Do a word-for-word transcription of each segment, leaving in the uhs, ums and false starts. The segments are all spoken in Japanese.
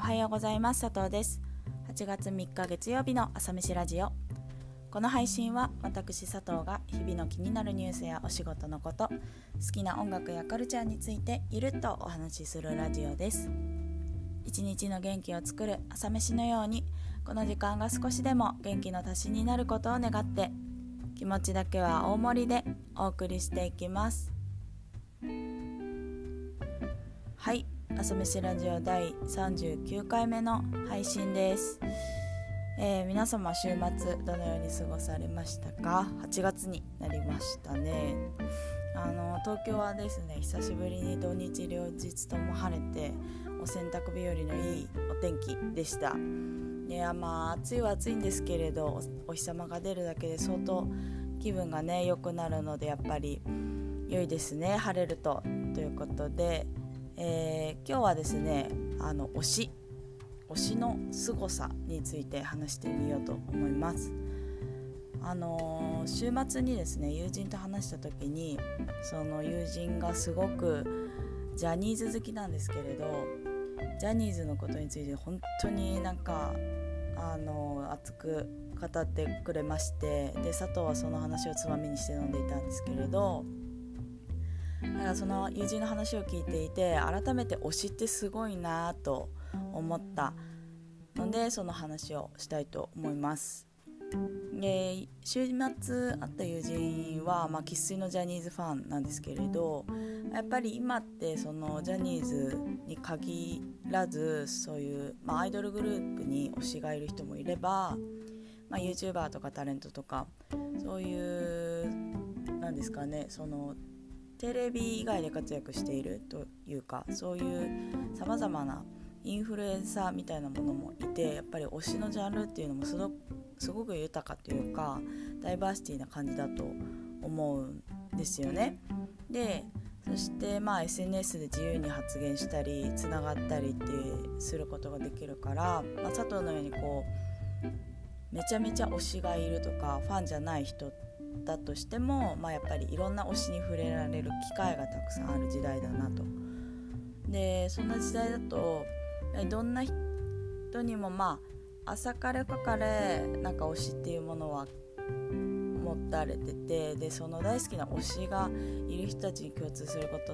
はようございます。佐藤です。はちがつみっか月曜日の朝飯ラジオ。この配信は私佐藤が日々の気になるニュースやお仕事のこと、好きな音楽やカルチャーについてゆるっとお話しするラジオです。一日の元気を作る朝飯のように、この時間が少しでも元気の足しになることを願って、気持ちだけは大盛りでお送りしていきます。はい、朝飯ラジオだいさんじゅうきゅうかいめの配信です。えー、皆様週末どのように過ごされましたか？はちがつになりましたね。あの東京はですね、久しぶりに土日両日とも晴れてお洗濯日和のいいお天気でした。いや、まあ暑いは暑いんですけれど、お, お日様が出るだけで相当気分がね良くなるので、やっぱり良いですね、晴れると。ということで、えー、今日はですね、あの推し推しの凄さについて話してみようと思います。あのー、週末にですね、友人と話した時に、その友人がすごくジャニーズ好きなんですけれど、ジャニーズのことについて本当になんかあのー、熱く語ってくれまして、で佐藤はその話をつまみにして飲んでいたんですけれど、なんかその友人の話を聞いていて、改めて推しってすごいなと思ったので、その話をしたいと思います。で、週末会った友人はまあ生粋のジャニーズファンなんですけれど、やっぱり今ってそのジャニーズに限らず、そういう、まあ、アイドルグループに推しがいる人もいれば、まあ、YouTuber とかタレントとか、そういうなんですかね、そのテレビ以外で活躍しているというか、そういうさまざまなインフルエンサーみたいなものもいて、やっぱり推しのジャンルっていうのもすごく、すごく豊かというか、ダイバーシティな感じだと思うんですよね。で、そしてまあ エスエヌエス で自由に発言したりつながったりってすることができるから、まあ、佐藤のようにこうめちゃめちゃ推しがいるとか、ファンじゃない人だとしても、まあ、やっぱりいろんな推しに触れられる機会がたくさんある時代だなと。で、そんな時代だとどんな人にもまあ浅かれ深かれなんか推しっていうものは持たれてて、でその大好きな推しがいる人たちに共通することって、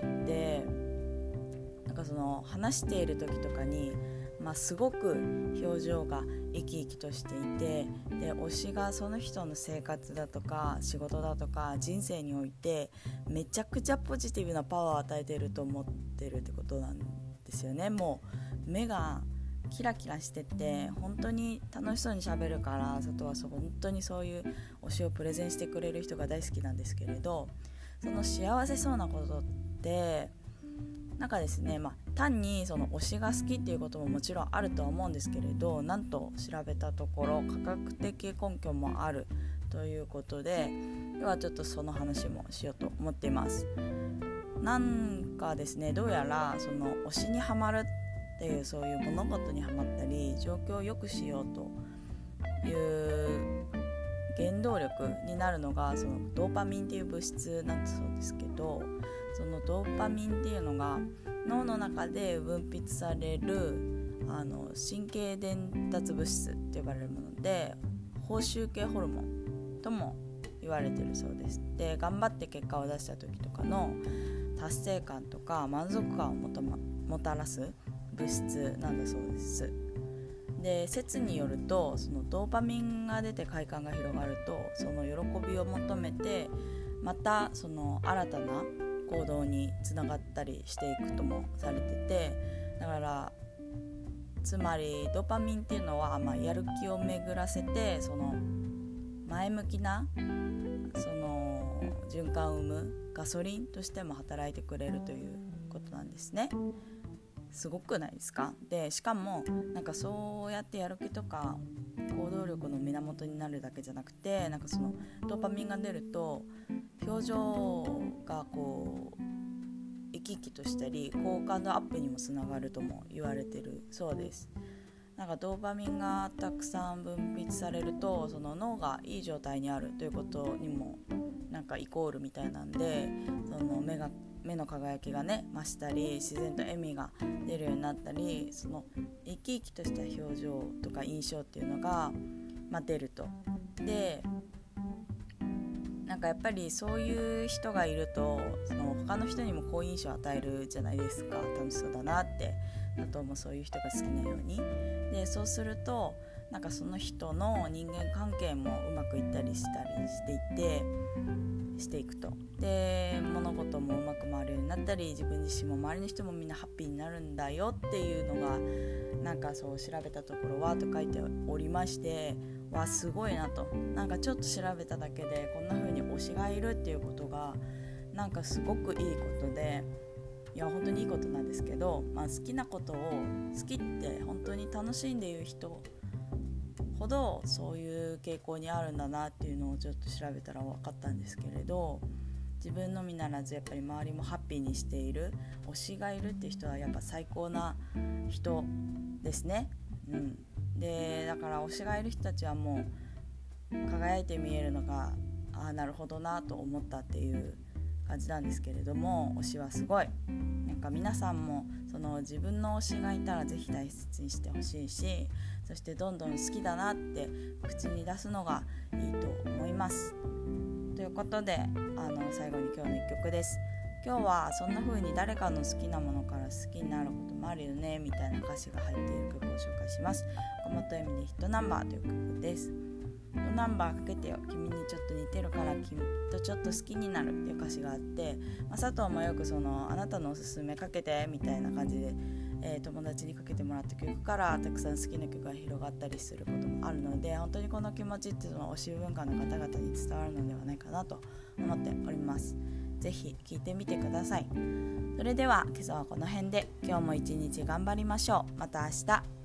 なんかその話している時とかに、まあ、すごく表情が生き生きとしていて、で推しがその人の生活だとか仕事だとか人生においてめちゃくちゃポジティブなパワーを与えていると思ってるってことなんですよね。もう目がキラキラしてて本当に楽しそうに喋るから、佐藤はそう本当にそういう推しをプレゼンしてくれる人が大好きなんですけれど、その幸せそうなことってなんかですね、まあ、単にその推しが好きっていうことももちろんあるとは思うんですけれど、なんと調べたところ科学的根拠もあるということで、今日はちょっとその話もしようと思っています。なんかですね、どうやらその推しにハマるっていう、そういう物事にハマったり状況を良くしようという原動力になるのがそのドーパミンっていう物質なんだそうですけど、そのドーパミンっていうのが脳の中で分泌されるあの神経伝達物質って呼ばれるもので、報酬系ホルモンとも言われているそうです。で、頑張って結果を出した時とかの達成感とか満足感をもと、ま、もたらす物質なんだそうです。で、説によると、そのドーパミンが出て快感が広がると、その喜びを求めてまたその新たな行動につながったりしていくともされてて、だからつまりドーパミンっていうのは、まあ、やる気を巡らせて、その前向きなその循環を生むガソリンとしても働いてくれるということなんですね。すごくないですか？で、しかもなんかそうやってやる気とか行動力の源になるだけじゃなくて、なんかそのドーパミンが出ると表情がこう生き生きとしたり好感度アップにもつながるとも言われてるそうです。なんかドーパミンがたくさん分泌されると、その脳がいい状態にあるということにもなんかイコールみたいなんで、その目が目の輝きがね増したり、自然と笑みが出るようになったり、その生き生きとした表情とか印象っていうのが、まあ、出ると。でなんかやっぱりそういう人がいると、その他の人にも好印象を与えるじゃないですか。楽しそうだなって、あともそういう人が好きなように。でそうするとなんかその人の人間関係もうまくいったりしたりしていってしていくと。で物事もうまく回るようになったり、自分自身も周りの人もみんなハッピーになるんだよっていうのが、なんかそう調べたところはと書いておりまして、わすごいなと。なんかちょっと調べただけでこんな風に推しがいるっていうことがなんかすごくいいことで、いや本当にいいことなんですけど、まあ、好きなことを好きって本当に楽しんでいる人ほどそういう傾向にあるんだなっていうのをちょっと調べたら分かったんですけれど、自分のみならずやっぱり周りもハッピーにしている推しがいるっていう人はやっぱ最高な人ですね。うん、でだから推しがいる人たちはもう輝いて見えるのが、ああなるほどなと思ったっていう感じなんですけれども、推しはすごい。なんか皆さんもその自分の推しがいたらぜひ大切にしてほしいし、そしてどんどん好きだなって口に出すのがいいと思います。ということであの最後に今日のいっきょくです。今日はそんな風に誰かの好きなものから好きになることもあるよねみたいな歌詞が入っている曲を紹介します。岡本恵美でヒットナンバーという曲です。ヒットナンバーかけてよ、君にちょっと似てるから君とちょっと好きになるっていう歌詞があって、まあ、佐藤もよくそのあなたのおすすめかけてみたいな感じで、えー、友達にかけてもらった曲からたくさん好きな曲が広がったりすることもあるので、本当にこの気持ちっていうのは推し文化の方々に伝わるのではないかなと思っております。ぜひ聴いてみてください。それでは今朝はこの辺で、今日も一日頑張りましょう。また明日。